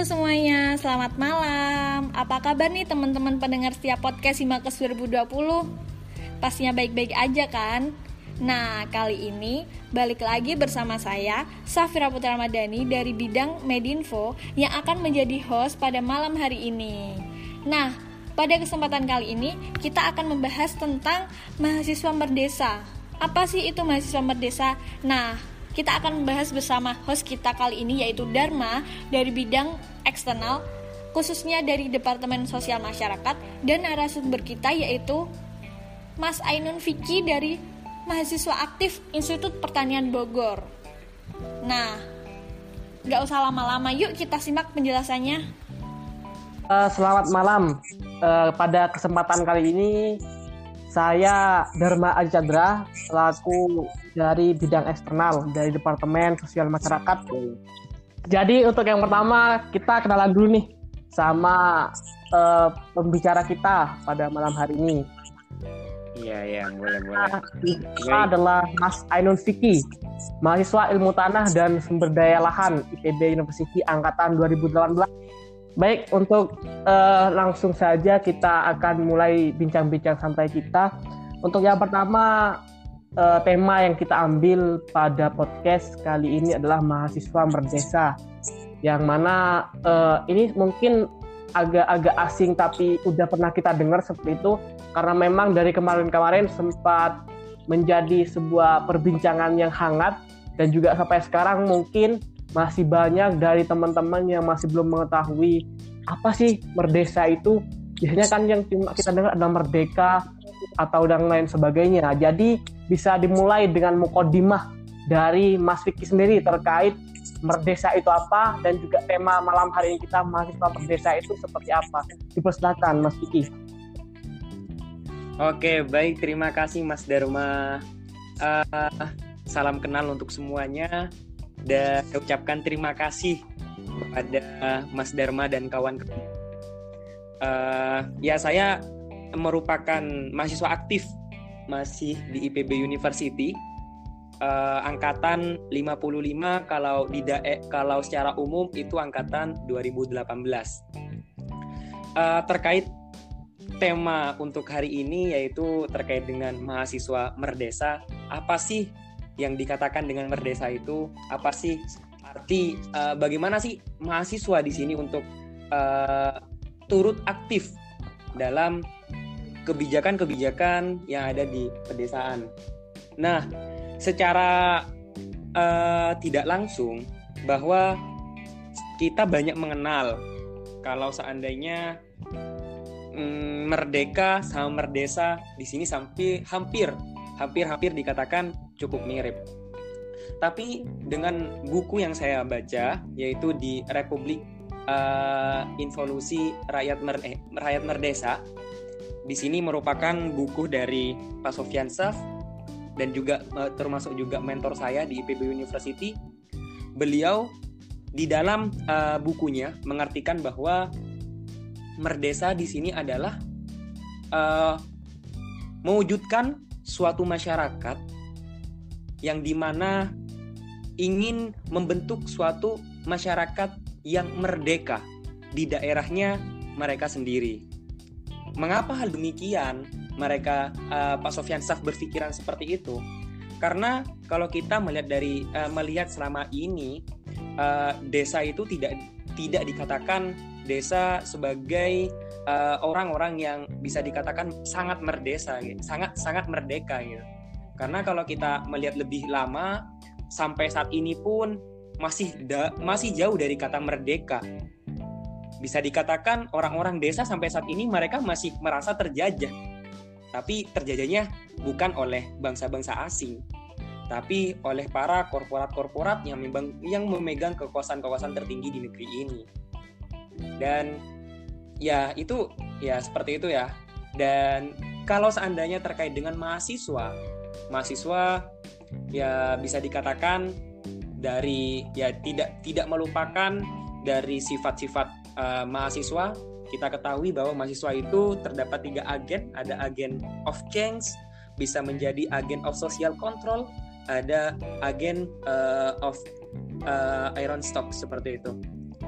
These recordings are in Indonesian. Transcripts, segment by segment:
semuanya, selamat malam. Apa kabar nih teman-teman pendengar setiap podcast Himakes 2020? Pastinya baik-baik aja kan? Nah, kali ini balik lagi bersama saya, Safira Putra Ramadhani dari bidang Medinfo yang akan menjadi host pada malam hari ini. Nah, pada kesempatan kali ini kita akan membahas tentang mahasiswa merdesa. Apa sih itu mahasiswa merdesa? Nah, kita akan membahas bersama host kita kali ini yaitu Dharma dari bidang eksternal, khususnya dari Departemen Sosial Masyarakat, dan narasumber kita yaitu Mas Ainun Vicky dari mahasiswa aktif Institut Pertanian Bogor. Nah, gak usah lama-lama, yuk kita simak penjelasannya. Selamat malam. Pada kesempatan kali ini saya Dharma Aji Chandra selaku dari bidang eksternal dari Departemen Sosial Masyarakat. Jadi untuk yang pertama kita kenalan dulu nih sama pembicara kita pada malam hari ini. Iya, boleh. Kita adalah Mas Ainun Vicky, mahasiswa Ilmu Tanah dan Sumber Daya Lahan IPB University angkatan 2018. Baik, untuk langsung saja kita akan mulai bincang-bincang santai kita. Untuk yang pertama, tema yang kita ambil pada podcast kali ini adalah mahasiswa merdesa, yang mana ini mungkin agak asing tapi udah pernah kita dengar seperti itu, karena memang dari kemarin-kemarin sempat menjadi sebuah perbincangan yang hangat, dan juga sampai sekarang mungkin masih banyak dari teman-teman yang masih belum mengetahui apa sih merdesa itu. Biasanya kan yang cuma kita dengar adalah merdeka atau dan lain sebagainya. Jadi bisa dimulai dengan mukadimah dari Mas Vicky sendiri terkait merdesa itu apa, dan juga tema malam hari ini kita mahasiswa merdesa itu seperti apa. Dipersilakan Mas Vicky. Oke, baik, terima kasih Mas Dharma. Salam kenal untuk semuanya, dan ucapkan terima kasih kepada Mas Dharma dan kawan-kawan. Ya, saya merupakan mahasiswa aktif masih di IPB University, angkatan 55, kalau secara umum itu angkatan 2018. Terkait tema untuk hari ini yaitu terkait dengan mahasiswa merdesa. Apa sih yang dikatakan dengan merdesa itu? Apa sih arti, bagaimana sih mahasiswa di sini untuk turut aktif dalam kebijakan-kebijakan yang ada di pedesaan. Nah, secara tidak langsung bahwa kita banyak mengenal kalau seandainya merdeka sama merdesa di sini sampai hampir dikatakan cukup mirip. Tapi dengan buku yang saya baca, yaitu di Republik Involusi Rakyat Merdesa, di sini merupakan buku dari Pak Sofyan Saf dan juga termasuk juga mentor saya di IPB University. Beliau di dalam bukunya mengartikan bahwa merdesa di sini adalah mewujudkan suatu masyarakat yang dimana ingin membentuk suatu masyarakat yang merdeka di daerahnya mereka sendiri. Mengapa hal demikian? Mereka Pak Sofyan Saf berpikiran seperti itu. Karena kalau kita melihat selama ini desa itu tidak dikatakan desa sebagai orang-orang yang bisa dikatakan sangat merdesa, gitu. sangat merdeka gitu. Karena kalau kita melihat lebih lama sampai saat ini pun masih jauh dari kata merdeka. Bisa dikatakan orang-orang desa sampai saat ini mereka masih merasa terjajah. Tapi terjajahnya bukan oleh bangsa-bangsa asing, tapi oleh para korporat-korporat yang memegang kekuasaan-kekuasaan tertinggi di negeri ini. Dan ya itu ya seperti itu ya. Dan kalau seandainya terkait dengan mahasiswa ya bisa dikatakan dari ya tidak melupakan dari sifat-sifat mahasiswa. Kita ketahui bahwa mahasiswa itu terdapat 3 agen. Ada agen of change, bisa menjadi agen of social control, ada agen of iron stock, seperti itu.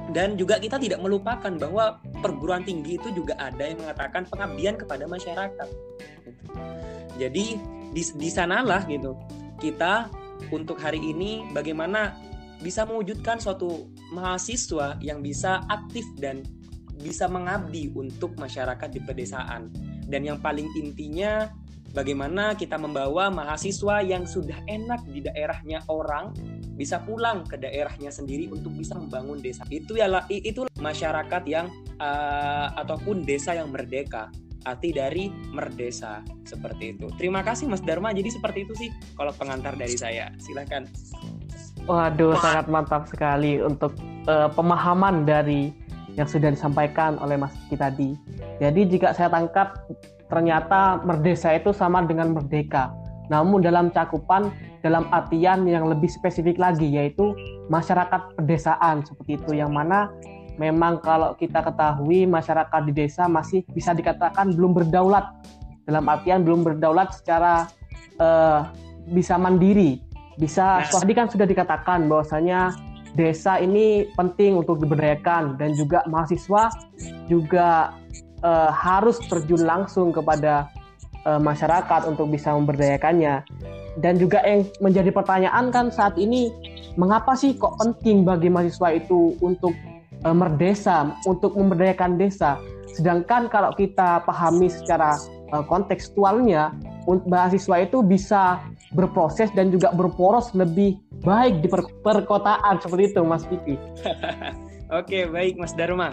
Dan juga kita tidak melupakan bahwa perguruan tinggi itu juga ada yang mengatakan pengabdian kepada masyarakat. Jadi di sanalah gitu kita untuk hari ini bagaimana bisa mewujudkan suatu mahasiswa yang bisa aktif dan bisa mengabdi untuk masyarakat di pedesaan. Dan yang paling intinya bagaimana kita membawa mahasiswa yang sudah enak di daerahnya orang bisa pulang ke daerahnya sendiri untuk bisa membangun desa. Itu masyarakat yang ataupun desa yang merdeka. Arti dari merdesa seperti itu. Terima kasih Mas Dharma. Jadi seperti itu sih kalau pengantar dari saya. Silakan. Waduh, sangat mantap sekali untuk pemahaman dari yang sudah disampaikan oleh Mas Vicky tadi. Jadi jika saya tangkap, ternyata merdesa itu sama dengan merdeka. Namun dalam cakupan, dalam artian yang lebih spesifik lagi, yaitu masyarakat pedesaan seperti itu, yang mana memang kalau kita ketahui masyarakat di desa masih bisa dikatakan belum berdaulat, dalam artian belum berdaulat secara bisa mandiri, bisa. Tadi kan sudah dikatakan bahwasanya desa ini penting untuk diberdayakan, dan juga mahasiswa juga harus terjun langsung kepada masyarakat untuk bisa memberdayakannya. Dan juga yang menjadi pertanyaan kan saat ini, mengapa sih kok penting bagi mahasiswa itu untuk merdesa, untuk memberdayakan desa? Sedangkan kalau kita pahami secara kontekstualnya, mahasiswa itu bisa berproses dan juga berporos lebih baik di perkotaan seperti itu, Mas Vicky. Oke, baik Mas Dharma.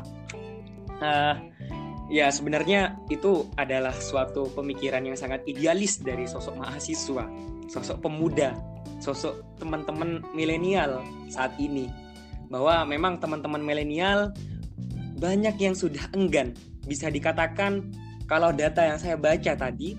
Ya sebenarnya itu adalah suatu pemikiran yang sangat idealis dari sosok mahasiswa, sosok pemuda, sosok teman-teman milenial saat ini. Bahwa memang teman-teman milenial banyak yang sudah enggan. Bisa dikatakan kalau data yang saya baca tadi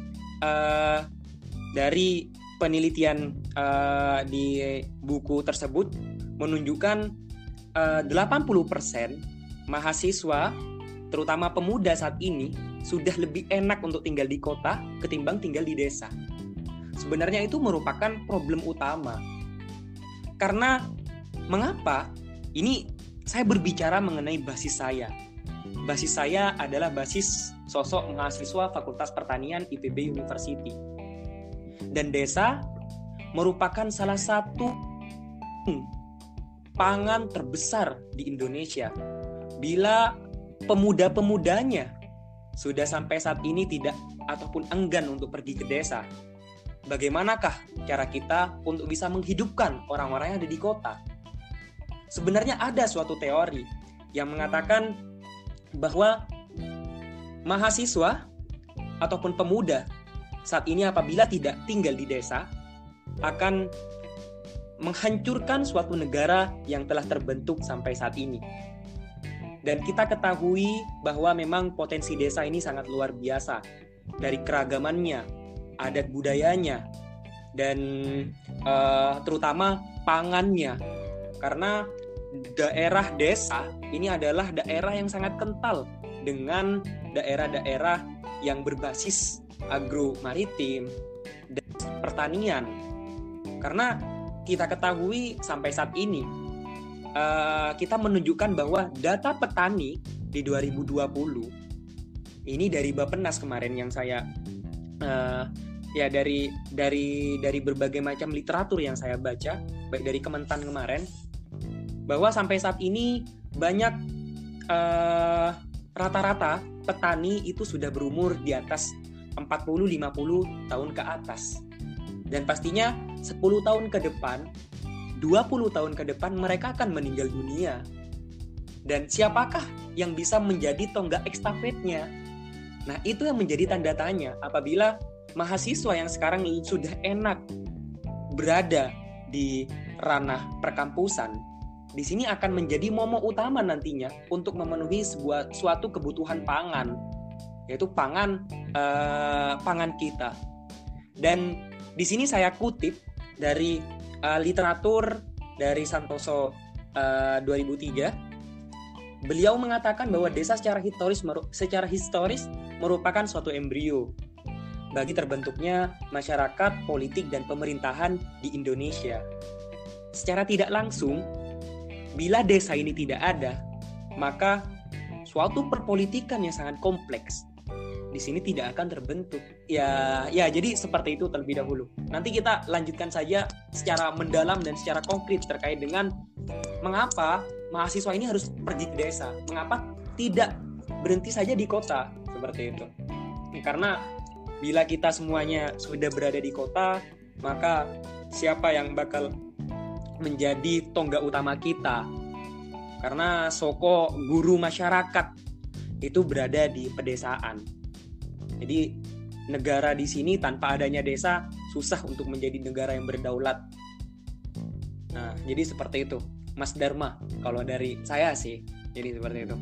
dari penelitian di buku tersebut menunjukkan 80% mahasiswa terutama pemuda saat ini sudah lebih enak untuk tinggal di kota ketimbang tinggal di desa. Sebenarnya itu merupakan problem utama. Karena mengapa? Ini saya berbicara mengenai basis saya. Basis saya adalah basis sosok mahasiswa Fakultas Pertanian IPB University. Dan desa merupakan salah satu pangan terbesar di Indonesia. Bila pemuda-pemudanya sudah sampai saat ini tidak ataupun enggan untuk pergi ke desa, bagaimanakah cara kita untuk bisa menghidupkan orang-orang yang ada di kota? Sebenarnya ada suatu teori yang mengatakan bahwa mahasiswa ataupun pemuda saat ini apabila tidak tinggal di desa akan menghancurkan suatu negara yang telah terbentuk sampai saat ini. Dan kita ketahui bahwa memang potensi desa ini sangat luar biasa. Dari keragamannya, adat budayanya, dan terutama pangannya. Karena daerah desa ini adalah daerah yang sangat kental dengan daerah-daerah yang berbasis agro-maritim dan pertanian. Karena kita ketahui sampai saat ini, kita menunjukkan bahwa data petani di 2020 ini dari Bappenas kemarin yang saya dari berbagai macam literatur yang saya baca, baik dari Kementan kemarin, bahwa sampai saat ini banyak rata-rata petani itu sudah berumur di atas 40-50 tahun ke atas. Dan pastinya 10 tahun ke depan, 20 tahun ke depan mereka akan meninggal dunia. Dan siapakah yang bisa menjadi tonggak estafetnya? Nah, itu yang menjadi tanda tanya apabila mahasiswa yang sekarang sudah enak berada di ranah perkampusan, di sini akan menjadi momok utama nantinya untuk memenuhi suatu kebutuhan pangan, yaitu pangan kita. Dan di sini saya kutip dari literatur dari Santoso 2003. Beliau mengatakan bahwa desa secara historis merupakan suatu embrio bagi terbentuknya masyarakat, politik, dan pemerintahan di Indonesia. Secara tidak langsung, bila desa ini tidak ada, maka suatu perpolitikan yang sangat kompleks di sini tidak akan terbentuk. Ya, jadi seperti itu terlebih dahulu. Nanti kita lanjutkan saja secara mendalam dan secara konkret terkait dengan mengapa mahasiswa ini harus pergi ke desa. Mengapa tidak berhenti saja di kota seperti itu. Karena bila kita semuanya sudah berada di kota, maka siapa yang bakal menjadi tonggak utama kita? Karena soko guru masyarakat itu berada di pedesaan. Jadi negara di sini tanpa adanya desa susah untuk menjadi negara yang berdaulat. Nah, jadi seperti itu, Mas Dharma. Kalau dari saya sih, jadi seperti itu.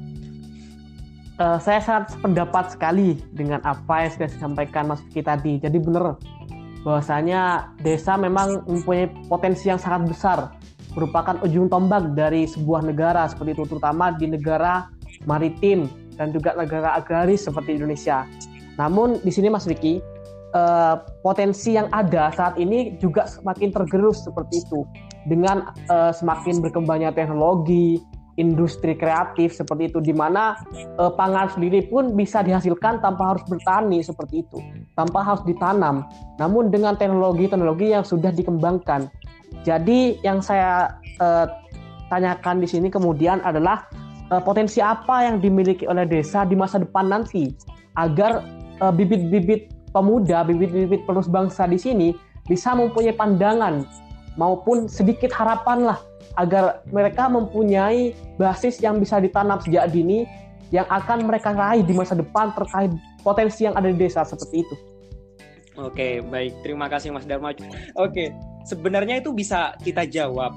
Saya sangat sependapat sekali dengan apa yang sudah disampaikan Mas Vicky tadi. Jadi benar bahwasanya desa memang mempunyai potensi yang sangat besar, merupakan ujung tombak dari sebuah negara seperti itu, terutama di negara maritim dan juga negara agraris seperti Indonesia. Namun di sini Mas Vicky, potensi yang ada saat ini juga semakin tergerus seperti itu dengan semakin berkembangnya teknologi, industri kreatif seperti itu, di mana pangan sendiri pun bisa dihasilkan tanpa harus bertani seperti itu, tanpa harus ditanam, namun dengan teknologi-teknologi yang sudah dikembangkan. Jadi yang saya tanyakan di sini kemudian adalah potensi apa yang dimiliki oleh desa di masa depan nanti agar bibit-bibit pemuda, bibit-bibit penerus bangsa di sini bisa mempunyai pandangan maupun sedikit harapan lah agar mereka mempunyai basis yang bisa ditanam sejak dini yang akan mereka raih di masa depan terkait potensi yang ada di desa seperti itu. Oke, baik. Terima kasih Mas Dharma. Oke, sebenarnya itu bisa kita jawab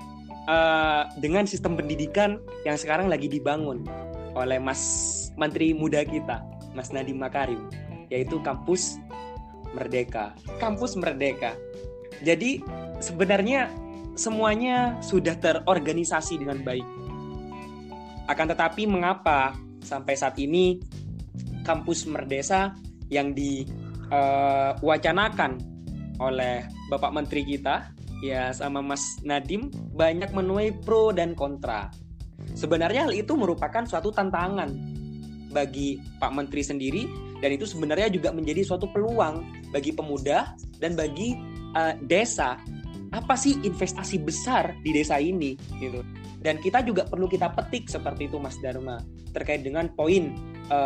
dengan sistem pendidikan yang sekarang lagi dibangun oleh Mas Menteri Muda kita, Mas Nadiem Makarim, yaitu Kampus Merdeka. Kampus Merdeka. Jadi sebenarnya semuanya sudah terorganisasi dengan baik. Akan tetapi mengapa sampai saat ini Kampus Merdeka yang diwacanakan oleh Bapak Menteri kita ya sama Mas Nadiem banyak menuai pro dan kontra. Sebenarnya hal itu merupakan suatu tantangan bagi Pak Menteri sendiri, dan itu sebenarnya juga menjadi suatu peluang bagi pemuda dan bagi desa. Apa sih investasi besar di desa ini gitu. Dan kita juga perlu kita petik seperti itu Mas Dharma terkait dengan poin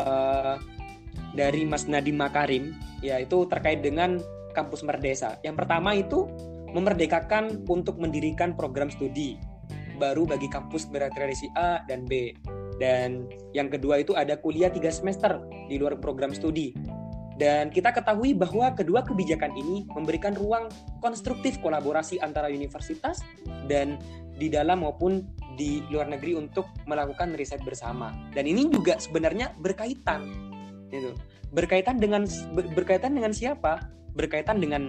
dari Mas Nadiem Makarim, yaitu terkait dengan Kampus Merdeka. Yang pertama itu memerdekakan untuk mendirikan program studi baru bagi kampus bertradisi A dan B. Dan yang kedua itu ada kuliah 3 semester di luar program studi. Dan kita ketahui bahwa kedua kebijakan ini memberikan ruang konstruktif kolaborasi antara universitas dan di dalam maupun di luar negeri untuk melakukan riset bersama. Dan ini juga sebenarnya berkaitan, gitu. Berkaitan dengan siapa? Berkaitan dengan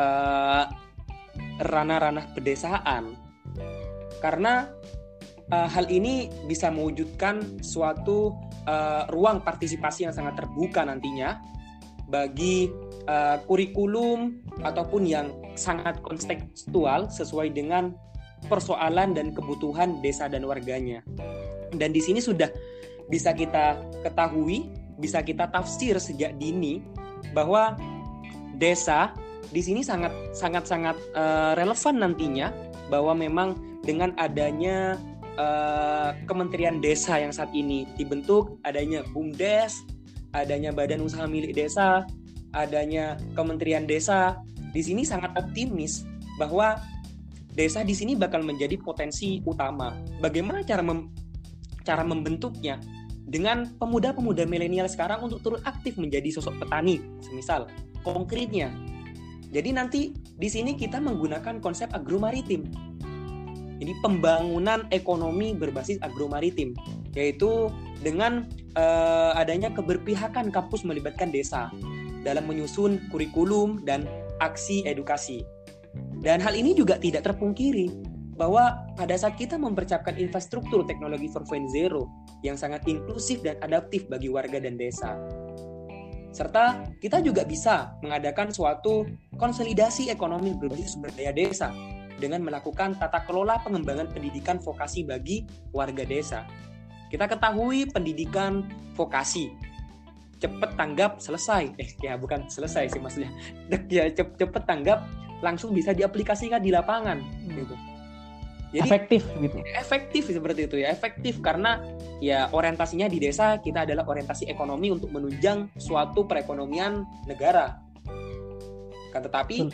ranah-ranah pedesaan. Karena hal ini bisa mewujudkan suatu ruang partisipasi yang sangat terbuka nantinya bagi kurikulum ataupun yang sangat kontekstual sesuai dengan persoalan dan kebutuhan desa dan warganya. Dan di sini sudah bisa kita ketahui, bisa kita tafsir sejak dini bahwa desa di sini sangat relevan nantinya, bahwa memang dengan adanya Kementerian Desa yang saat ini dibentuk, adanya BUMDes, adanya Badan Usaha Milik Desa, adanya Kementerian Desa, di sini sangat optimis bahwa desa di sini bakal menjadi potensi utama. Bagaimana cara membentuknya? Dengan pemuda-pemuda milenial sekarang untuk turut aktif menjadi sosok petani, semisal konkretnya. Jadi nanti di sini kita menggunakan konsep agromaritim. Ini pembangunan ekonomi berbasis agromaritim, yaitu dengan adanya keberpihakan kampus melibatkan desa dalam menyusun kurikulum dan aksi edukasi. Dan hal ini juga tidak terpungkiri bahwa pada saat kita mempersiapkan infrastruktur teknologi 4.0 yang sangat inklusif dan adaptif bagi warga dan desa, serta kita juga bisa mengadakan suatu konsolidasi ekonomi berbasis sumber daya desa dengan melakukan tata kelola pengembangan pendidikan vokasi bagi warga desa. Kita ketahui pendidikan vokasi cepet tanggap selesai. Ya bukan selesai sih maksudnya. Ya cepet tanggap langsung bisa diaplikasikan di lapangan gitu. Jadi efektif seperti itu ya, efektif karena ya orientasinya di desa kita adalah orientasi ekonomi untuk menunjang suatu perekonomian negara. Kan tetapi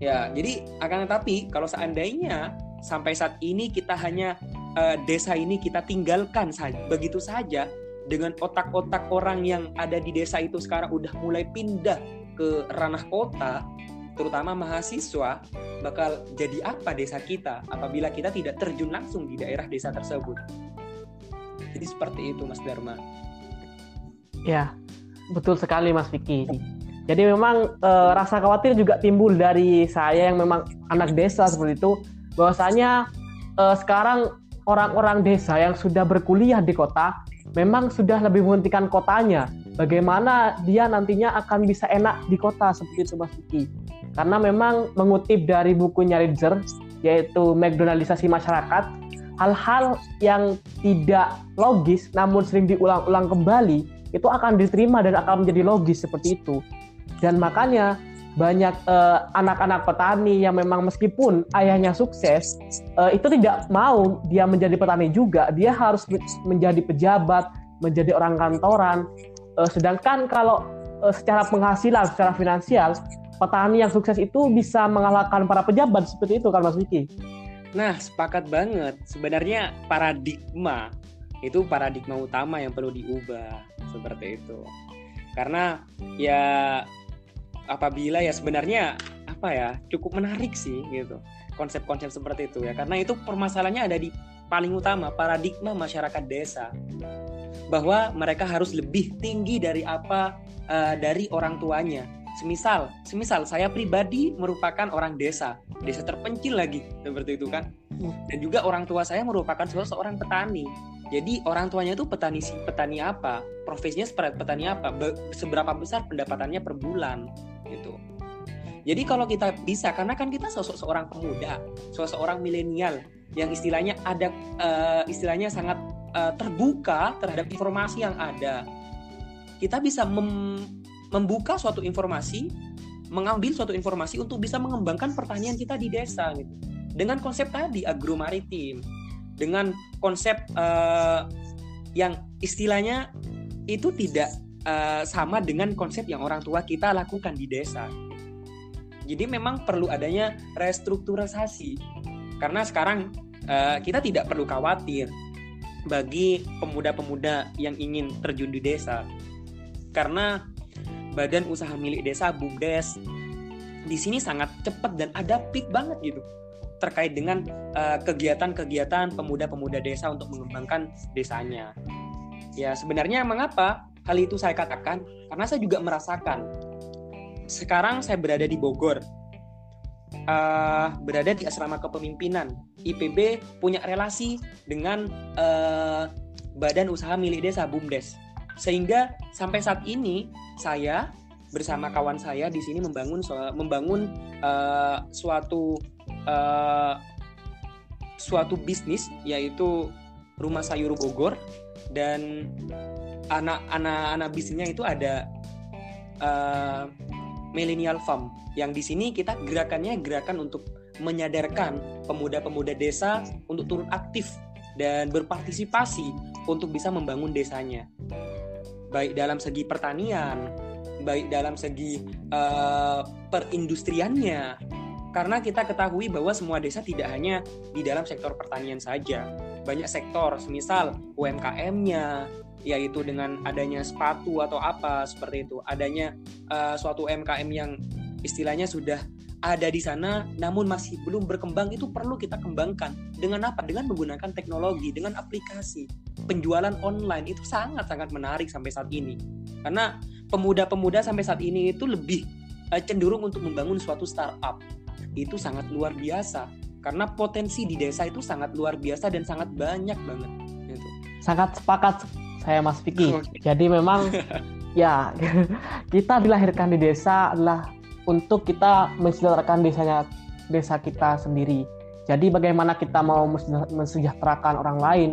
kalau seandainya sampai saat ini kita hanya desa ini kita tinggalkan begitu saja, dengan otak-otak orang yang ada di desa itu sekarang udah mulai pindah ke ranah kota, terutama mahasiswa, bakal jadi apa desa kita apabila kita tidak terjun langsung di daerah desa tersebut. Jadi seperti itu Mas Dharma. Ya, betul sekali Mas Vicky. Jadi memang rasa khawatir juga timbul dari saya yang memang anak desa seperti itu, bahwasanya sekarang orang-orang desa yang sudah berkuliah di kota memang sudah lebih mementingkan kotanya. Bagaimana dia nantinya akan bisa enak di kota seperti itu Mas Vicky. Karena memang mengutip dari bukunya Ritzer, yaitu McDonaldisasi Masyarakat, hal-hal yang tidak logis namun sering diulang-ulang kembali itu akan diterima dan akan menjadi logis seperti itu. Dan makanya banyak anak-anak petani yang memang meskipun ayahnya sukses, itu tidak mau dia menjadi petani juga. Dia harus menjadi pejabat, menjadi orang kantoran. Sedangkan kalau secara penghasilan, secara finansial, petani yang sukses itu bisa mengalahkan para pejabat seperti itu kan Mas Vicky? Nah, sepakat banget. Sebenarnya paradigma utama yang perlu diubah seperti itu. Karena ya apabila ya sebenarnya cukup menarik sih gitu konsep-konsep seperti itu ya. Karena itu permasalahannya ada di paling utama paradigma masyarakat desa. Bahwa mereka harus lebih tinggi dari dari orang tuanya. Semisal saya pribadi merupakan orang desa terpencil lagi seperti itu kan, dan juga orang tua saya merupakan seorang petani. Jadi orang tuanya itu petani apa, profesinya seperti petani apa, seberapa besar pendapatannya per bulan gitu. Jadi kalau kita bisa, karena kan kita seorang pemuda, seorang milenial yang istilahnya sangat terbuka terhadap informasi yang ada, kita bisa membuka suatu informasi, mengambil suatu informasi untuk bisa mengembangkan pertanian kita di desa gitu. Dengan konsep tadi agromaritim, dengan konsep yang istilahnya itu tidak sama dengan konsep yang orang tua kita lakukan di desa. Jadi memang perlu adanya restrukturisasi. Karena sekarang kita tidak perlu khawatir bagi pemuda-pemuda yang ingin terjun di desa. Karena Badan Usaha Milik Desa BUMDes di sini sangat cepat dan adaptif banget gitu terkait dengan kegiatan-kegiatan pemuda-pemuda desa untuk mengembangkan desanya. Ya sebenarnya mengapa hal itu saya katakan? Karena saya juga merasakan. Sekarang saya berada di Bogor, berada di asrama kepemimpinan. IPB punya relasi dengan Badan Usaha Milik Desa BUMDes. Sehingga sampai saat ini saya bersama kawan saya di sini membangun suatu bisnis, yaitu Rumah Sayur Bogor, dan anak bisnisnya itu ada Millennial Farm, yang di sini kita gerakan untuk menyadarkan pemuda-pemuda desa untuk turut aktif dan berpartisipasi untuk bisa membangun desanya. Baik dalam segi pertanian, baik dalam segi perindustriannya. Karena kita ketahui bahwa semua desa tidak hanya di dalam sektor pertanian saja. Banyak sektor, semisal UMKM-nya, yaitu dengan adanya sepatu atau apa seperti itu. Adanya suatu UMKM yang istilahnya sudah ada di sana namun masih belum berkembang, itu perlu kita kembangkan. Dengan apa? Dengan menggunakan teknologi, dengan aplikasi. Penjualan online itu sangat-sangat menarik sampai saat ini. Karena pemuda-pemuda sampai saat ini itu lebih cenderung untuk membangun suatu startup. Itu sangat luar biasa. Karena potensi di desa itu sangat luar biasa dan sangat banyak banget. Gitu. Sangat sepakat saya Mas Vicky. Jadi memang ya kita dilahirkan di desa adalah untuk kita mensejahterakan desa kita sendiri. Jadi bagaimana kita mau mensejahterakan orang lain,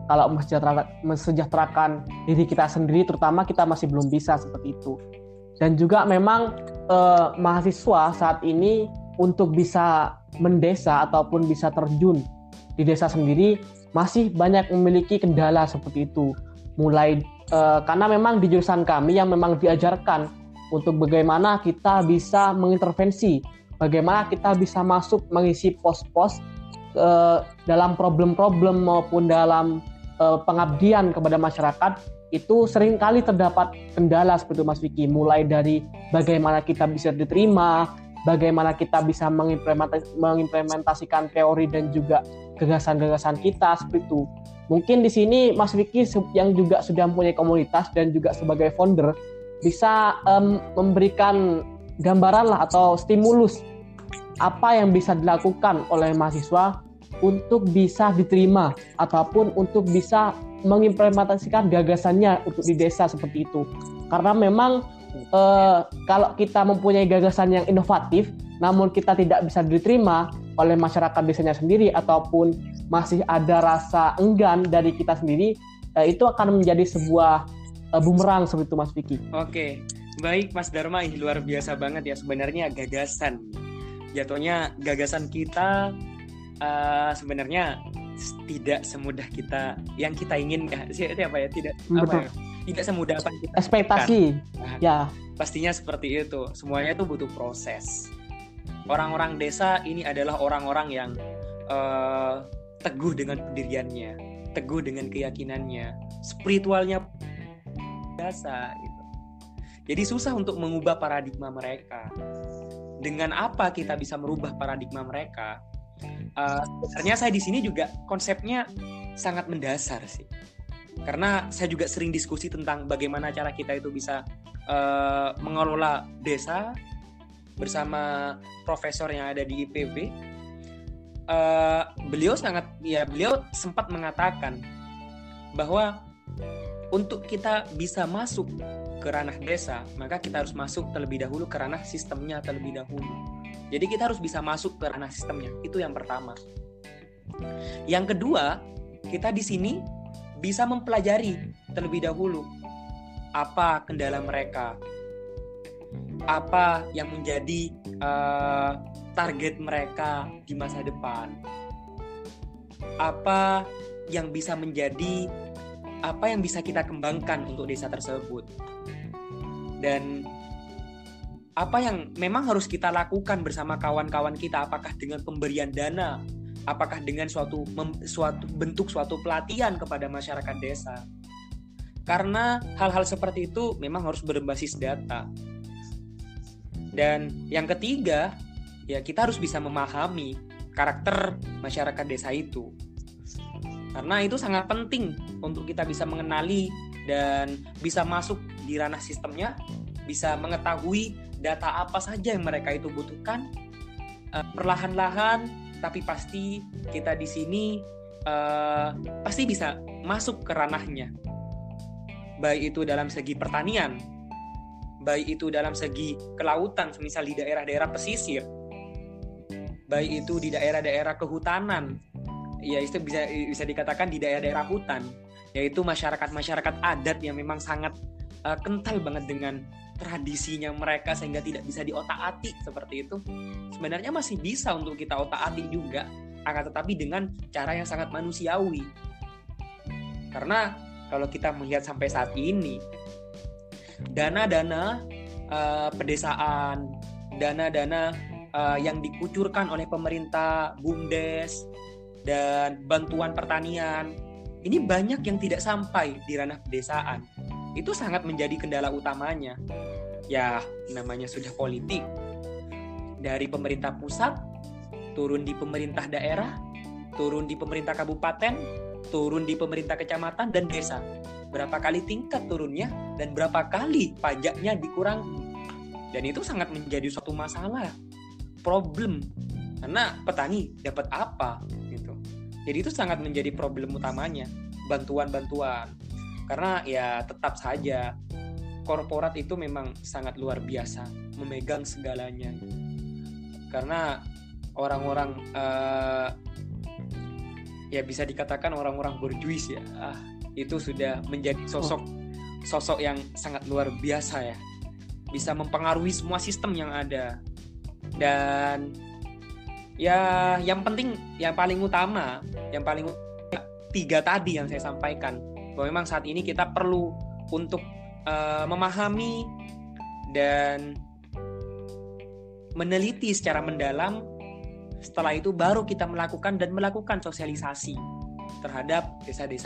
kalau mensejahterakan diri kita sendiri, terutama kita masih belum bisa seperti itu. Dan juga memang mahasiswa saat ini untuk bisa mendesa ataupun bisa terjun di desa sendiri masih banyak memiliki kendala seperti itu. Mulai karena memang di jurusan kami yang memang diajarkan untuk bagaimana kita bisa mengintervensi, bagaimana kita bisa masuk mengisi pos-pos dalam problem-problem maupun dalam pengabdian kepada masyarakat, itu seringkali terdapat kendala seperti itu Mas Vicky. Mulai dari bagaimana kita bisa diterima, bagaimana kita bisa mengimplementasikan teori dan juga gagasan-gagasan kita seperti itu. Mungkin di sini Mas Vicky yang juga sudah mempunyai komunitas dan juga sebagai founder bisa memberikan gambaran lah atau stimulus apa yang bisa dilakukan oleh mahasiswa untuk bisa diterima ataupun untuk bisa mengimplementasikan gagasannya untuk di desa seperti itu. Karena memang kalau kita mempunyai gagasan yang inovatif namun kita tidak bisa diterima oleh masyarakat desanya sendiri ataupun masih ada rasa enggan dari kita sendiri, itu akan menjadi sebuah bumerang seperti itu Mas Vicky. Oke, baik Mas Dharma, luar biasa banget ya sebenarnya gagasan. Jatuhnya gagasan kita sebenarnya tidak semudah kita yang kita inginkan. Apa ya? Tidak semudah apa yang kita ekspektasi. Nah, ya. Pastinya seperti itu. Semuanya itu butuh proses. Orang-orang desa ini adalah orang-orang yang teguh dengan pendiriannya, teguh dengan keyakinannya, spiritualnya biasa gitu. Jadi susah untuk mengubah paradigma mereka. Dengan apa kita bisa merubah paradigma mereka? Sebenarnya saya di sini juga konsepnya sangat mendasar sih. Karena saya juga sering diskusi tentang bagaimana cara kita itu bisa mengelola desa bersama profesor yang ada di IPB. Beliau sempat mengatakan bahwa untuk kita bisa masuk ke ranah desa, maka kita harus masuk terlebih dahulu ke ranah sistemnya terlebih dahulu. Jadi kita harus bisa masuk ke ranah sistemnya. Itu yang pertama. Yang kedua, kita di sini bisa mempelajari terlebih dahulu apa kendala mereka, apa yang menjadi target mereka di masa depan, apa yang bisa menjadi, apa yang bisa kita kembangkan untuk desa tersebut, dan apa yang memang harus kita lakukan bersama kawan-kawan kita, apakah dengan pemberian dana, apakah dengan suatu pelatihan kepada masyarakat desa. Karena hal-hal seperti itu memang harus berbasis data. Dan yang ketiga, ya kita harus bisa memahami karakter masyarakat desa itu. Karena itu sangat penting untuk kita bisa mengenali dan bisa masuk di ranah sistemnya, bisa mengetahui data apa saja yang mereka itu butuhkan, perlahan-lahan, tapi pasti kita di sini pasti bisa masuk ke ranahnya. Baik itu dalam segi pertanian, baik itu dalam segi kelautan, misal di daerah-daerah pesisir, baik itu di daerah-daerah kehutanan, ya itu bisa dikatakan di daerah-daerah hutan, yaitu masyarakat-masyarakat adat yang memang sangat kental banget dengan tradisinya mereka sehingga tidak bisa diotak-atik seperti itu. Sebenarnya masih bisa untuk kita otak-atik juga, akan tetapi dengan cara yang sangat manusiawi. Karena kalau kita melihat sampai saat ini, dana-dana pedesaan, dana-dana yang dikucurkan oleh pemerintah, BUMDes, dan bantuan pertanian, ini banyak yang tidak sampai di ranah pedesaan. Itu sangat menjadi kendala utamanya. Ya, namanya sudah politik. Dari pemerintah pusat, turun di pemerintah daerah, turun di pemerintah kabupaten, turun di pemerintah kecamatan dan desa. Berapa kali tingkat turunnya dan berapa kali pajaknya dikurangi. Dan itu sangat menjadi suatu masalah, problem. Karena petani dapat apa gitu. Jadi itu sangat menjadi problem utamanya, bantuan-bantuan. Karena ya tetap saja korporat itu memang sangat luar biasa memegang segalanya. Karena orang-orang ya bisa dikatakan orang-orang borjuis ya. Itu sudah menjadi sosok yang sangat luar biasa ya. Bisa mempengaruhi semua sistem yang ada. Dan ya yang penting, yang paling utama 3 tadi yang saya sampaikan, bahwa memang saat ini kita perlu untuk memahami dan meneliti secara mendalam. Setelah itu baru kita melakukan sosialisasi terhadap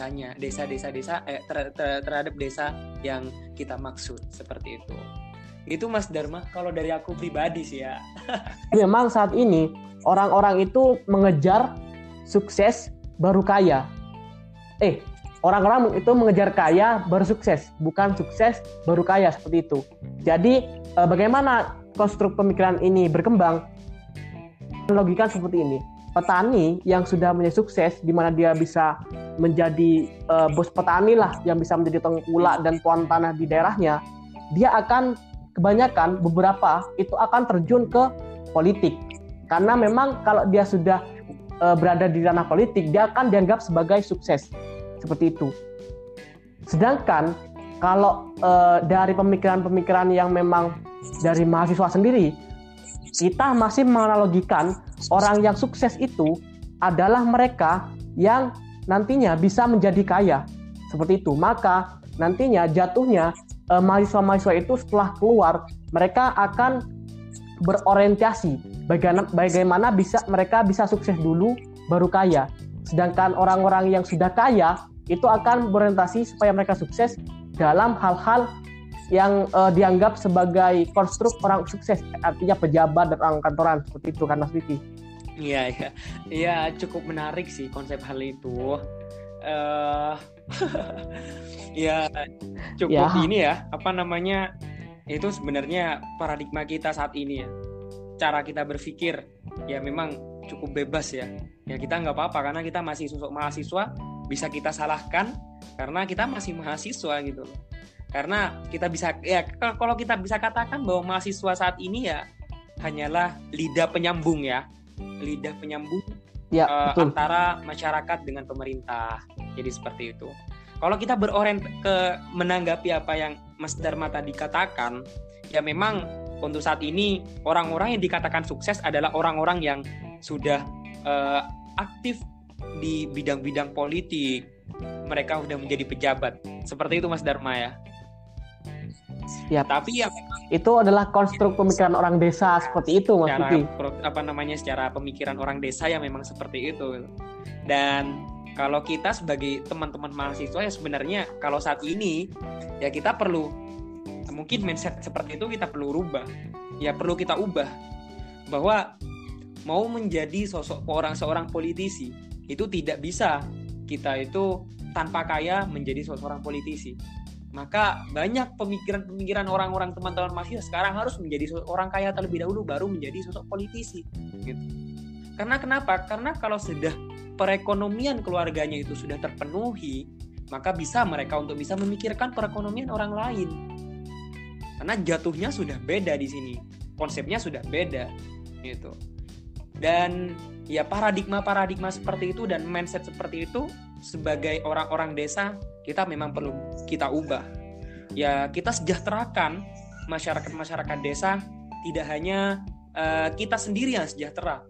terhadap desa yang kita maksud, seperti itu. Itu Mas Dharma, kalau dari aku pribadi sih ya. Memang saat ini orang-orang itu mengejar sukses baru kaya. Orang-orang itu mengejar kaya baru sukses, bukan sukses baru kaya, seperti itu. Jadi bagaimana konstruk pemikiran ini berkembang? Logika seperti ini. Petani yang sudah menjadi sukses, di mana dia bisa menjadi bos petani lah, yang bisa menjadi tengkulak dan tuan tanah di daerahnya, dia akan kebanyakan beberapa itu akan terjun ke politik. Karena memang kalau dia sudah berada di ranah politik, dia akan dianggap sebagai sukses. Seperti itu. Sedangkan kalau dari pemikiran-pemikiran yang memang dari mahasiswa sendiri, kita masih menganalogikan orang yang sukses itu adalah mereka yang nantinya bisa menjadi kaya. Seperti itu. Maka nantinya jatuhnya mahasiswa-mahasiswa itu setelah keluar, mereka akan berorientasi bagaimana mereka bisa sukses dulu baru kaya. Sedangkan orang-orang yang sudah kaya itu akan berorientasi supaya mereka sukses dalam hal-hal yang dianggap sebagai konstruk orang sukses, artinya pejabat dan orang kantoran, seperti itu kan Mas Vicky? Iya, cukup menarik sih konsep hal itu. Ya cukup ini ya, itu sebenarnya paradigma kita saat ini ya, cara kita berpikir ya memang cukup bebas ya. Ya kita nggak apa-apa karena kita masih sosok mahasiswa, bisa kita salahkan karena kita masih mahasiswa gitu loh. Karena kita bisa kalau kita bisa katakan bahwa mahasiswa saat ini ya hanyalah lidah penyambung antara masyarakat dengan pemerintah. Jadi seperti itu. Kalau kita menanggapi apa yang Mas Dharma tadi katakan, ya memang untuk saat ini orang-orang yang dikatakan sukses adalah orang-orang yang sudah aktif di bidang-bidang politik. Mereka sudah menjadi pejabat. Seperti itu Mas Dharma ya. Ya, tapi ya itu adalah konstruk pemikiran orang desa seperti itu Mas Vicky. Secara pemikiran orang desa ya memang seperti itu. Dan kalau kita sebagai teman-teman mahasiswa ya sebenarnya kalau saat ini ya kita perlu mungkin mindset seperti itu kita perlu rubah. Ya perlu kita ubah bahwa mau menjadi seorang politisi itu tidak bisa kita itu tanpa kaya menjadi seorang politisi. Maka banyak pemikiran orang-orang teman-teman mahasiswa sekarang harus menjadi orang kaya terlebih dahulu baru menjadi sosok politisi gitu. Karena kenapa? Karena kalau sudah perekonomian keluarganya itu sudah terpenuhi, maka bisa mereka untuk bisa memikirkan perekonomian orang lain. Karena jatuhnya sudah beda di sini. Konsepnya sudah beda gitu. Dan ya paradigma seperti itu dan mindset seperti itu sebagai orang-orang desa kita memang perlu kita ubah. Ya kita sejahterakan masyarakat desa, tidak hanya kita sendiri yang sejahtera.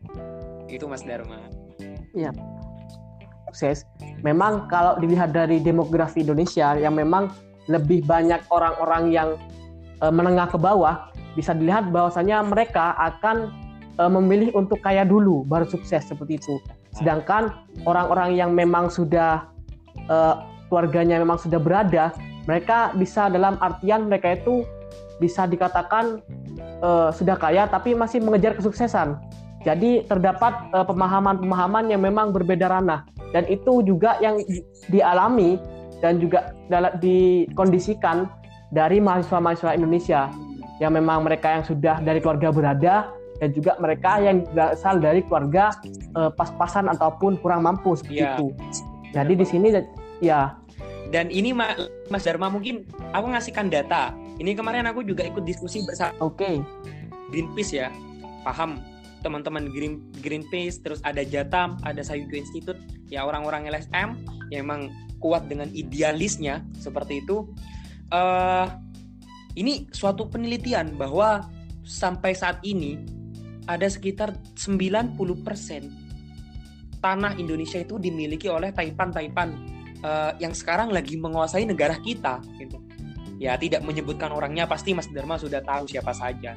Itu Mas Dharma. Iya. Sukses. Memang kalau dilihat dari demografi Indonesia yang memang lebih banyak orang-orang yang menengah ke bawah, bisa dilihat bahwasanya mereka akan memilih untuk kaya dulu baru sukses seperti itu. Sedangkan orang-orang yang memang sudah keluarganya memang sudah berada, mereka bisa dalam artian mereka itu bisa dikatakan sudah kaya tapi masih mengejar kesuksesan. Jadi terdapat pemahaman-pemahaman yang memang berbeda ranah dan itu juga yang dialami dan juga dikondisikan dari mahasiswa-mahasiswa Indonesia yang memang mereka yang sudah dari keluarga berada dan juga mereka yang berasal dari keluarga pas-pasan ataupun kurang mampu seperti itu. Jadi di sini ya. Dan ini Mas Dharma mungkin aku ngasihkan data. Ini kemarin aku juga ikut diskusi bersama Greenpeace ya. Paham teman-teman Greenpeace, terus ada Jatam, ada Sayuki Institute, ya orang-orang LSM yang memang kuat dengan idealisnya seperti itu. Ini suatu penelitian bahwa sampai saat ini ada sekitar 90% tanah Indonesia itu dimiliki oleh Taipan yang sekarang lagi menguasai negara kita gitu. Ya, tidak menyebutkan orangnya, pasti Mas Dharma sudah tahu siapa saja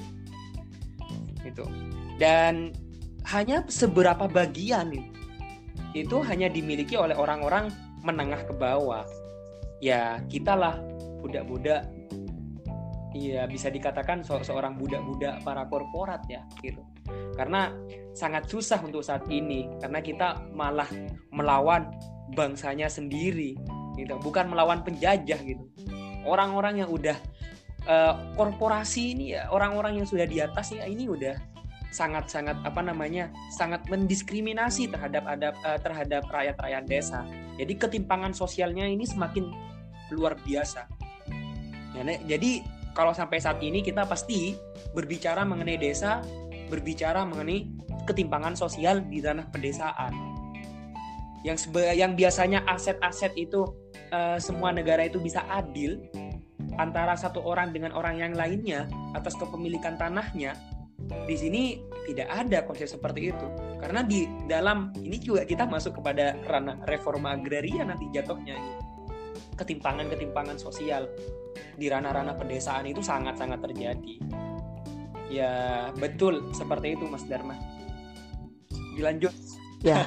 gitu. Dan hanya seberapa bagian itu hanya dimiliki oleh orang-orang menengah ke bawah. Ya, kita lah budak-budak. Iya, bisa dikatakan seorang budak-budak para korporat ya gitu. Karena sangat susah untuk saat ini, karena kita malah melawan bangsanya sendiri gitu, bukan melawan penjajah gitu. Orang-orang yang udah korporasi ini ya, orang-orang yang sudah di atas ya, ini udah sangat-sangat sangat mendiskriminasi terhadap rakyat-rakyat desa. Jadi ketimpangan sosialnya ini semakin luar biasa. Ya, jadi kalau sampai saat ini kita pasti berbicara mengenai desa, berbicara mengenai ketimpangan sosial di ranah pedesaan. Yang biasanya aset-aset itu semua negara itu bisa adil antara satu orang dengan orang yang lainnya atas kepemilikan tanahnya. Di sini tidak ada konsep seperti itu. Karena di dalam ini juga kita masuk kepada ranah reforma agraria nanti jatuhnya. Ketimpangan sosial di ranah-ranah pedesaan itu sangat-sangat terjadi. Ya, betul seperti itu Mas Dharma. Dilanjut. Ya.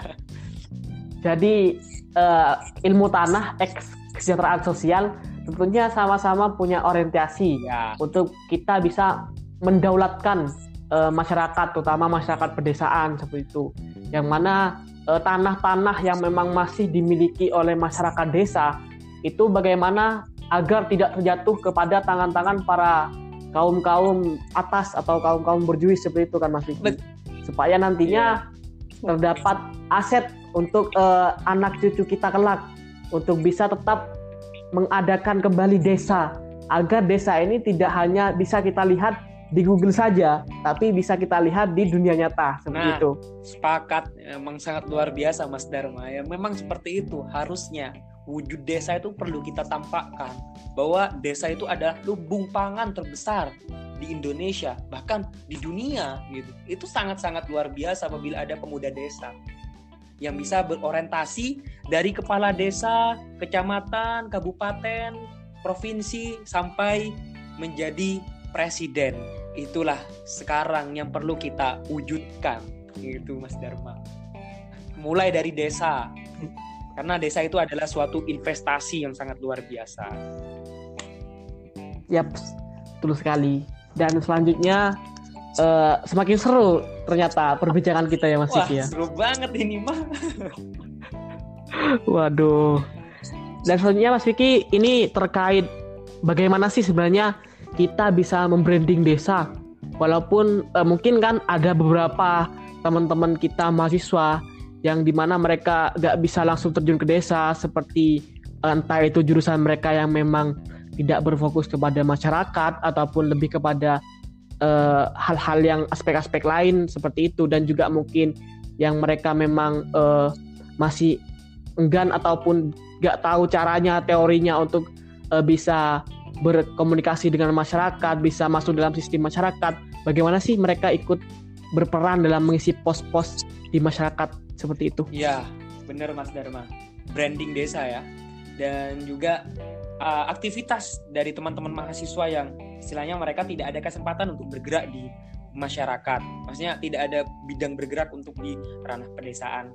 Jadi ilmu tanah kesejahteraan sosial tentunya sama-sama punya orientasi untuk kita bisa mendaulatkan masyarakat, terutama masyarakat pedesaan seperti itu. Yang mana tanah-tanah yang memang masih dimiliki oleh masyarakat desa itu bagaimana agar tidak terjatuh kepada tangan-tangan para kaum-kaum atas atau kaum-kaum berjuis seperti itu kan Mas Vicky. Supaya nantinya terdapat aset untuk anak cucu kita kelak untuk bisa tetap mengadakan kembali desa, agar desa ini tidak hanya bisa kita lihat di Google saja, tapi bisa kita lihat di dunia nyata seperti itu. Sepakat, emang sangat luar biasa Mas Dharma. Ya memang seperti itu harusnya. Wujud desa itu perlu kita tampakkan bahwa desa itu adalah lumbung pangan terbesar di Indonesia, bahkan di dunia gitu. Itu sangat-sangat luar biasa apabila ada pemuda desa yang bisa berorientasi dari kepala desa, kecamatan, kabupaten, provinsi sampai menjadi presiden. Itulah sekarang yang perlu kita wujudkan gitu Mas Dharma. Mulai dari desa. Karena desa itu adalah suatu investasi yang sangat luar biasa. Yap, betul sekali. Dan selanjutnya semakin seru ternyata perbincangan kita ya Mas Vicky ya. Seru banget ini mah. Waduh. Dan selanjutnya Mas Vicky, ini terkait bagaimana sih sebenarnya kita bisa membranding desa. Walaupun mungkin kan ada beberapa teman-teman kita mahasiswa yang dimana mereka gak bisa langsung terjun ke desa, seperti entah itu jurusan mereka yang memang tidak berfokus kepada masyarakat ataupun lebih kepada hal-hal yang aspek-aspek lain seperti itu, dan juga mungkin yang mereka memang masih enggan ataupun gak tahu caranya, teorinya untuk bisa berkomunikasi dengan masyarakat, bisa masuk dalam sistem masyarakat. Bagaimana sih mereka ikut berperan dalam mengisi pos-pos di masyarakat seperti itu? Ya, benar Mas Dharma. Branding desa ya. Dan juga aktivitas dari teman-teman mahasiswa yang istilahnya mereka tidak ada kesempatan untuk bergerak di masyarakat. Maksudnya tidak ada bidang bergerak untuk di ranah pedesaan.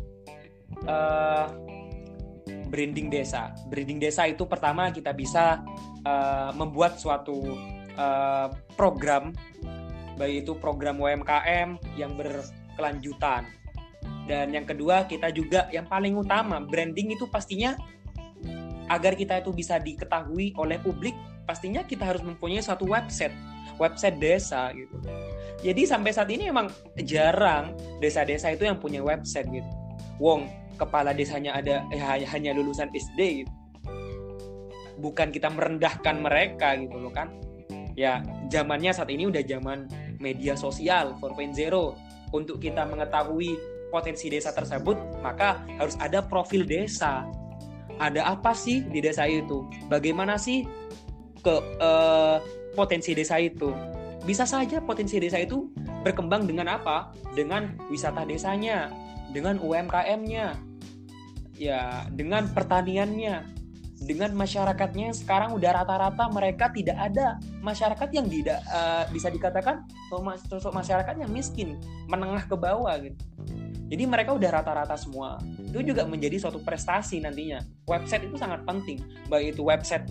Branding desa. Branding desa itu pertama kita bisa membuat suatu program, baik itu program UMKM yang berkelanjutan. Dan yang kedua, kita juga yang paling utama, branding itu pastinya agar kita itu bisa diketahui oleh publik, pastinya kita harus mempunyai suatu website desa gitu. Jadi sampai saat ini emang jarang desa-desa itu yang punya website gitu. Wong kepala desanya ada hanya lulusan SD gitu. Bukan kita merendahkan mereka gitu loh kan. Ya, zamannya saat ini udah zaman media sosial 4.0. untuk kita mengetahui potensi desa tersebut, maka harus ada profil desa. Ada apa sih di desa itu? Bagaimana sih potensi desa itu? Bisa saja potensi desa itu berkembang dengan apa? Dengan wisata desanya, dengan UMKM-nya, ya, dengan pertaniannya, dengan masyarakatnya. Sekarang udah rata-rata mereka tidak ada masyarakat yang tidak bisa dikatakan sosok masyarakat yang miskin, menengah ke bawah gitu. Jadi mereka udah rata-rata semua. Itu juga menjadi suatu prestasi nantinya. Website itu sangat penting, baik itu website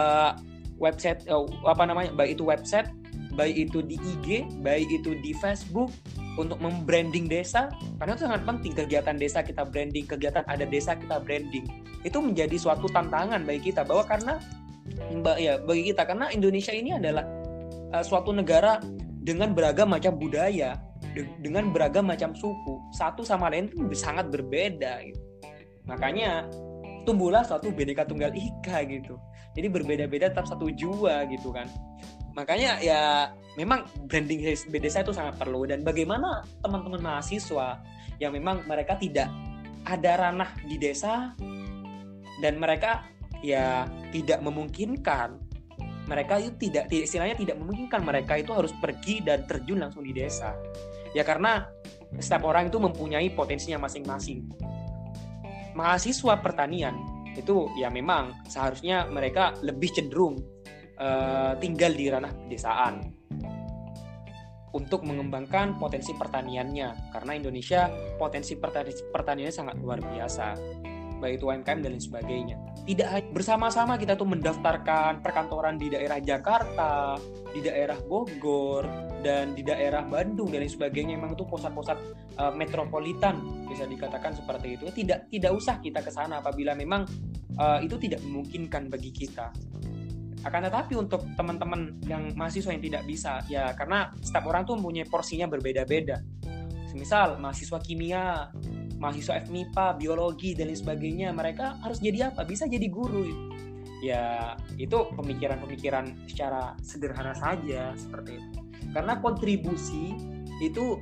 baik itu website, baik itu di IG, baik itu di Facebook, untuk membranding desa. Karena itu sangat penting, kegiatan desa kita branding, kegiatan adat desa kita branding. Itu menjadi suatu tantangan bagi kita, karena Indonesia ini adalah suatu negara dengan beragam macam budaya, dengan beragam macam suku, satu sama lain itu sangat berbeda gitu. Makanya tumbuhlah suatu Bhinneka Tunggal Ika gitu. Jadi berbeda-beda tetap satu jua gitu kan. Makanya ya memang branding desa itu sangat perlu. Dan bagaimana teman-teman mahasiswa yang memang mereka tidak ada ranah di desa dan mereka ya tidak memungkinkan, mereka itu tidak memungkinkan mereka itu harus pergi dan terjun langsung di desa. Ya karena setiap orang itu mempunyai potensinya masing-masing. Mahasiswa pertanian itu ya memang seharusnya mereka lebih cenderung tinggal di ranah pedesaan untuk mengembangkan potensi pertaniannya, karena Indonesia potensi pertaniannya sangat luar biasa, baik itu UMKM dan lain sebagainya. Tidak bersama-sama kita tuh mendaftarkan perkantoran di daerah Jakarta, di daerah Bogor, dan di daerah Bandung dan lain sebagainya. Memang itu pusat-pusat metropolitan, bisa dikatakan seperti itu. Tidak usah kita ke sana apabila memang itu tidak memungkinkan bagi kita. Akan tetapi untuk teman-teman yang mahasiswa yang tidak bisa, ya karena setiap orang tuh mempunyai porsinya berbeda-beda. Misal mahasiswa kimia, mahasiswa FMIPA, biologi dan lain sebagainya, mereka harus jadi apa? Bisa jadi guru. Ya itu pemikiran-pemikiran secara sederhana saja seperti itu. Karena kontribusi itu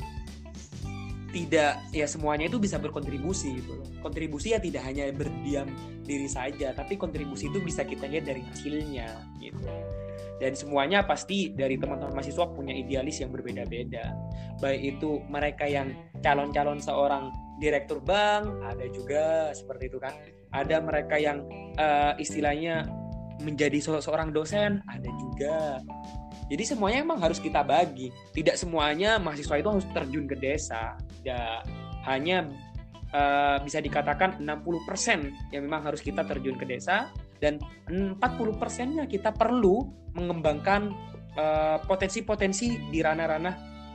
tidak ya semuanya itu bisa berkontribusi gitu loh. Kontribusi ya tidak hanya berdiam diri saja, tapi kontribusi itu bisa kita lihat dari hasilnya gitu. Dan semuanya pasti dari teman-teman mahasiswa punya idealis yang berbeda-beda. Baik itu mereka yang calon-calon seorang direktur bank, ada juga seperti itu kan. Ada mereka yang istilahnya menjadi seorang dosen, ada juga. Jadi semuanya emang harus kita bagi. Tidak semuanya mahasiswa itu harus terjun ke desa. Ya, hanya bisa dikatakan 60% yang memang harus kita terjun ke desa, dan 40%-nya kita perlu mengembangkan potensi-potensi di ranah-ranah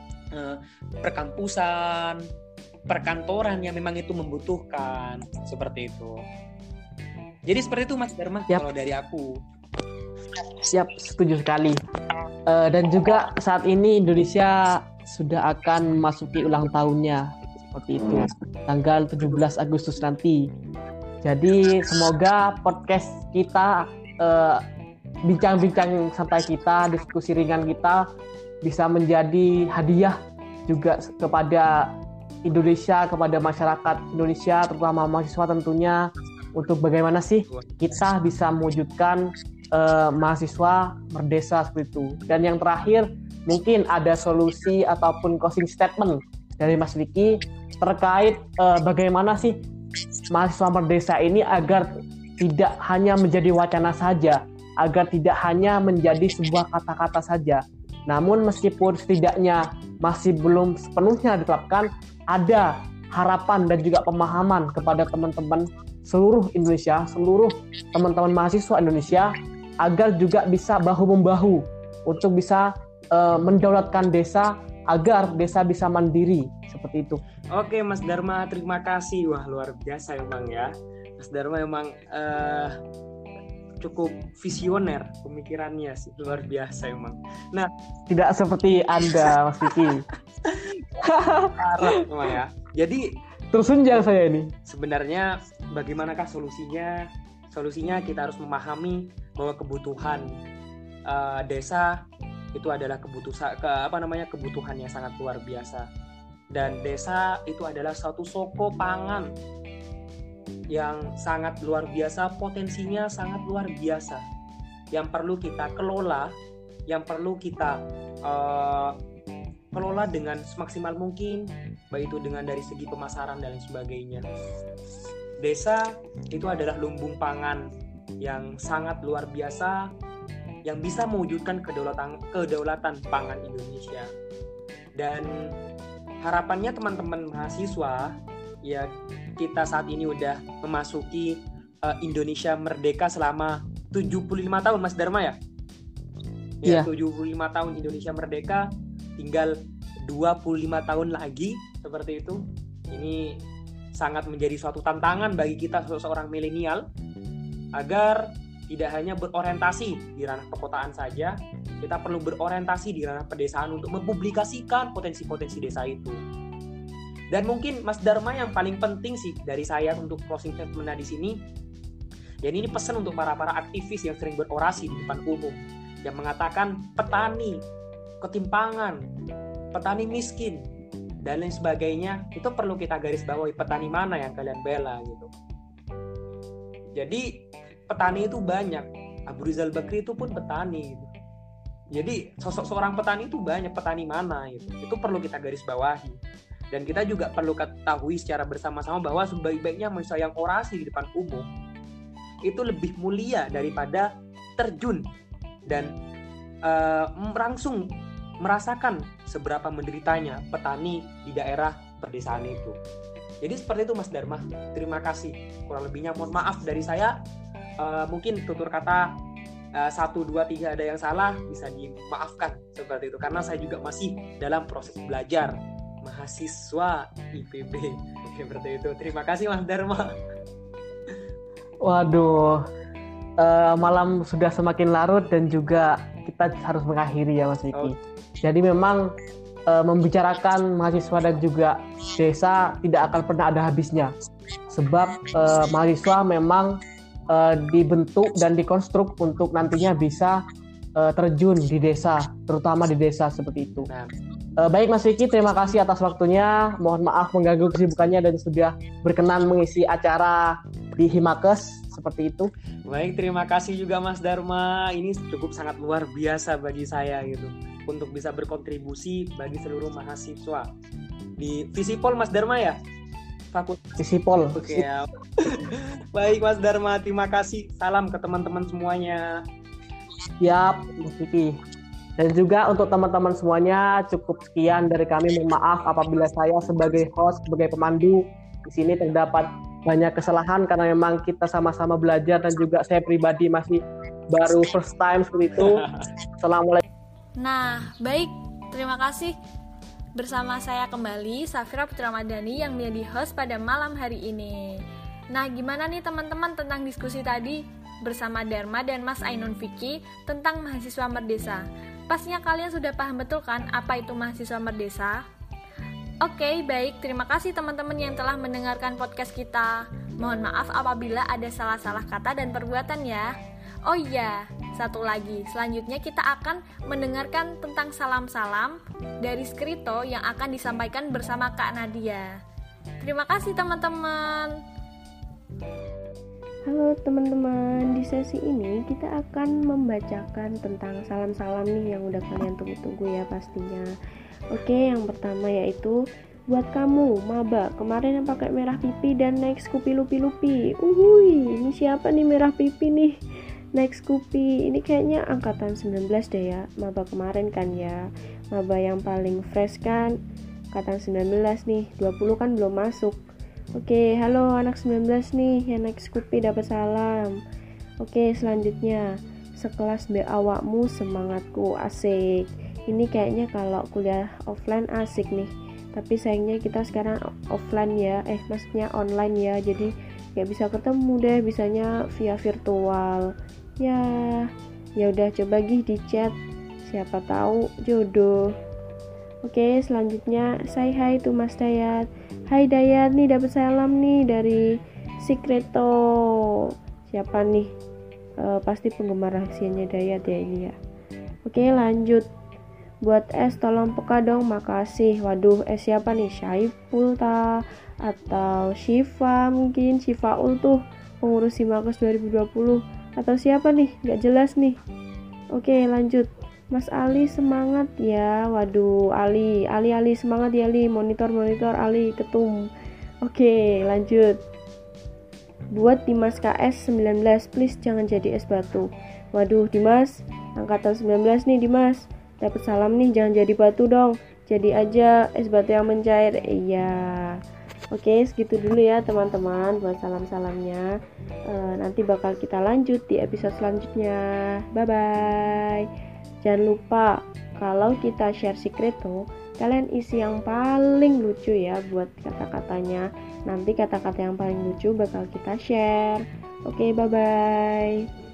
perkampusan, perkantoran yang memang itu membutuhkan, seperti itu. Jadi seperti itu Mas Dharma. Yap. Kalau dari aku. Siap, setuju sekali. Dan juga saat ini Indonesia sudah akan memasuki ulang tahunnya, seperti itu, tanggal 17 Agustus nanti. Jadi semoga podcast kita, bincang-bincang santai kita, diskusi ringan kita bisa menjadi hadiah juga kepada Indonesia, kepada masyarakat Indonesia, terutama mahasiswa tentunya, untuk bagaimana sih kita bisa mewujudkan mahasiswa merdesa seperti itu. Dan yang terakhir, mungkin ada solusi ataupun closing statement dari Mas Vicky terkait bagaimana sih mahasiswa merdesa ini agar tidak hanya menjadi wacana saja, agar tidak hanya menjadi sebuah kata-kata saja. Namun meskipun setidaknya masih belum sepenuhnya diterapkan, ada harapan dan juga pemahaman kepada teman-teman seluruh Indonesia, seluruh teman-teman mahasiswa Indonesia, agar juga bisa bahu-membahu untuk bisa mendaulatkan desa, agar desa bisa mandiri, seperti itu. Oke Mas Dharma, terima kasih. Wah, luar biasa emang ya. Mas Dharma emang cukup visioner pemikirannya sih, luar biasa emang. Nah, tidak seperti Anda Mas Vicky. Parah emang ya. Jadi tersunjang saya ini. Sebenarnya bagaimanakah solusinya? Solusinya kita harus memahami bahwa kebutuhan desa itu adalah kebutuhan yang sangat luar biasa. Dan desa itu adalah suatu soko pangan yang sangat luar biasa, potensinya sangat luar biasa, yang perlu kita kelola, yang perlu kita kelola dengan semaksimal mungkin, baik itu dengan dari segi pemasaran dan lain sebagainya. Desa itu adalah lumbung pangan yang sangat luar biasa, yang bisa mewujudkan kedaulatan pangan Indonesia. Dan harapannya teman-teman mahasiswa, ya kita saat ini udah memasuki Indonesia merdeka selama 75 tahun, Mas Dharma ya? Ya, 75 tahun Indonesia merdeka, tinggal 25 tahun lagi seperti itu. Ini sangat menjadi suatu tantangan bagi kita seorang milenial agar tidak hanya berorientasi di ranah perkotaan saja, kita perlu berorientasi di ranah pedesaan untuk mempublikasikan potensi-potensi desa itu. Dan mungkin Mas Dharma yang paling penting sih dari saya untuk closing statement di sini, dan ini pesan untuk para aktivis yang sering berorasi di depan umum, yang mengatakan petani, ketimpangan, petani miskin, dan lain sebagainya, itu perlu kita garis bawahi, petani mana yang kalian bela gitu. Jadi petani itu banyak, Abu Rizal Bakri itu pun petani gitu. Jadi sosok seorang petani itu banyak, petani mana gitu. Itu perlu kita garis bawahi. Dan kita juga perlu ketahui secara bersama-sama bahwa sebaik-baiknya manusia yang orasi di depan umum itu lebih mulia daripada terjun dan langsung merasakan seberapa menderitanya petani di daerah perdesaan itu. Jadi seperti itu Mas Dharma. Terima kasih. Kurang lebihnya mohon maaf dari saya. Mungkin tutur kata 1, 2, 3 ada yang salah, bisa dimaafkan seperti itu. Karena saya juga masih dalam proses belajar, mahasiswa IPB. Seperti itu. Terima kasih Mas Dharma. Waduh, malam sudah semakin larut dan juga kita harus mengakhiri ya Mas Vicky. Jadi memang membicarakan mahasiswa dan juga desa tidak akan pernah ada habisnya. Sebab mahasiswa memang dibentuk dan dikonstruk untuk nantinya bisa terjun di desa, terutama di desa seperti itu. Baik Mas Vicky, terima kasih atas waktunya. Mohon maaf mengganggu kesibukannya dan sudah berkenan mengisi acara di Himakes seperti itu. Baik, terima kasih juga Mas Dharma. Ini cukup sangat luar biasa bagi saya gitu, untuk bisa berkontribusi bagi seluruh mahasiswa di Visipol Mas Dharma ya? Fakultas Visipol. Oke ya. Baik Mas Dharma, terima kasih. Salam ke teman-teman semuanya. Siap, Mas Vicky. Dan juga untuk teman-teman semuanya, cukup sekian dari kami. Mohon maaf apabila saya sebagai host, sebagai pemandu di sini terdapat banyak kesalahan karena memang kita sama-sama belajar dan juga saya pribadi masih baru first time seperti itu. Assalamualaikum. Nah, baik. Terima kasih. Bersama saya kembali, Safira Putra Madani yang menjadi host pada malam hari ini. Nah, gimana nih teman-teman tentang diskusi tadi bersama Dharma dan Mas Ainun Vicky tentang mahasiswa merdesa? Pastinya kalian sudah paham betul kan apa itu mahasiswa merdesa? Oke, baik. Terima kasih teman-teman yang telah mendengarkan podcast kita. Mohon maaf apabila ada salah-salah kata dan perbuatan ya. Oh iya, satu lagi. Selanjutnya kita akan mendengarkan tentang salam-salam dari Skrito yang akan disampaikan bersama Kak Nadia. Terima kasih teman-teman. Halo teman-teman, di sesi ini kita akan membacakan tentang salam-salam nih yang udah kalian tunggu-tunggu ya pastinya. Oke, yang pertama yaitu buat kamu, maba, kemarin yang pakai merah pipi dan naik Scoopy lupi-lupi. Ini siapa nih merah pipi nih? Naik Scoopy, ini kayaknya angkatan 19 deh ya, maba kemarin kan ya. Maba yang paling fresh kan, angkatan 19 nih, 20 kan belum masuk. Oke, halo anak 19 nih yang naik Scoopy dapat salam. Oke, selanjutnya sekelas B awakmu semangatku, asik. Ini kayaknya kalau kuliah offline asik nih. Tapi sayangnya kita sekarang offline ya, maksudnya online ya. Jadi gak bisa ketemu deh, bisanya via virtual. Ya udah coba di chat. Siapa tahu jodoh. Oke, selanjutnya say hi to Mas Dayat. Hai Dayat, nih dapat salam nih dari Secreto. Siapa nih? Pasti penggemar rahasianya Dayat ya ini ya. Oke, lanjut. Buat S tolong peka dong, makasih. Waduh, S siapa nih? Syaiful ta? Atau Syifa mungkin? Syifaul tuh pengurus Simakes 2020. Atau siapa nih? Gak jelas nih. Oke, lanjut. Mas Ali semangat ya. Waduh, Ali semangat ya Ali. Monitor Ali ketum. Oke, lanjut. Buat Dimas KS 19, please jangan jadi es batu. Waduh, Dimas, angkatan 19 nih Dimas. Dapat salam nih, jangan jadi batu dong. Jadi aja es batu yang mencair. Iya. Oke, segitu dulu ya teman-teman buat salam-salamnya. Nanti bakal kita lanjut di episode selanjutnya. Bye-bye. Jangan lupa, kalau kita share Secreto, kalian isi yang paling lucu ya buat kata-katanya. Nanti kata-kata yang paling lucu bakal kita share. Oke, bye-bye.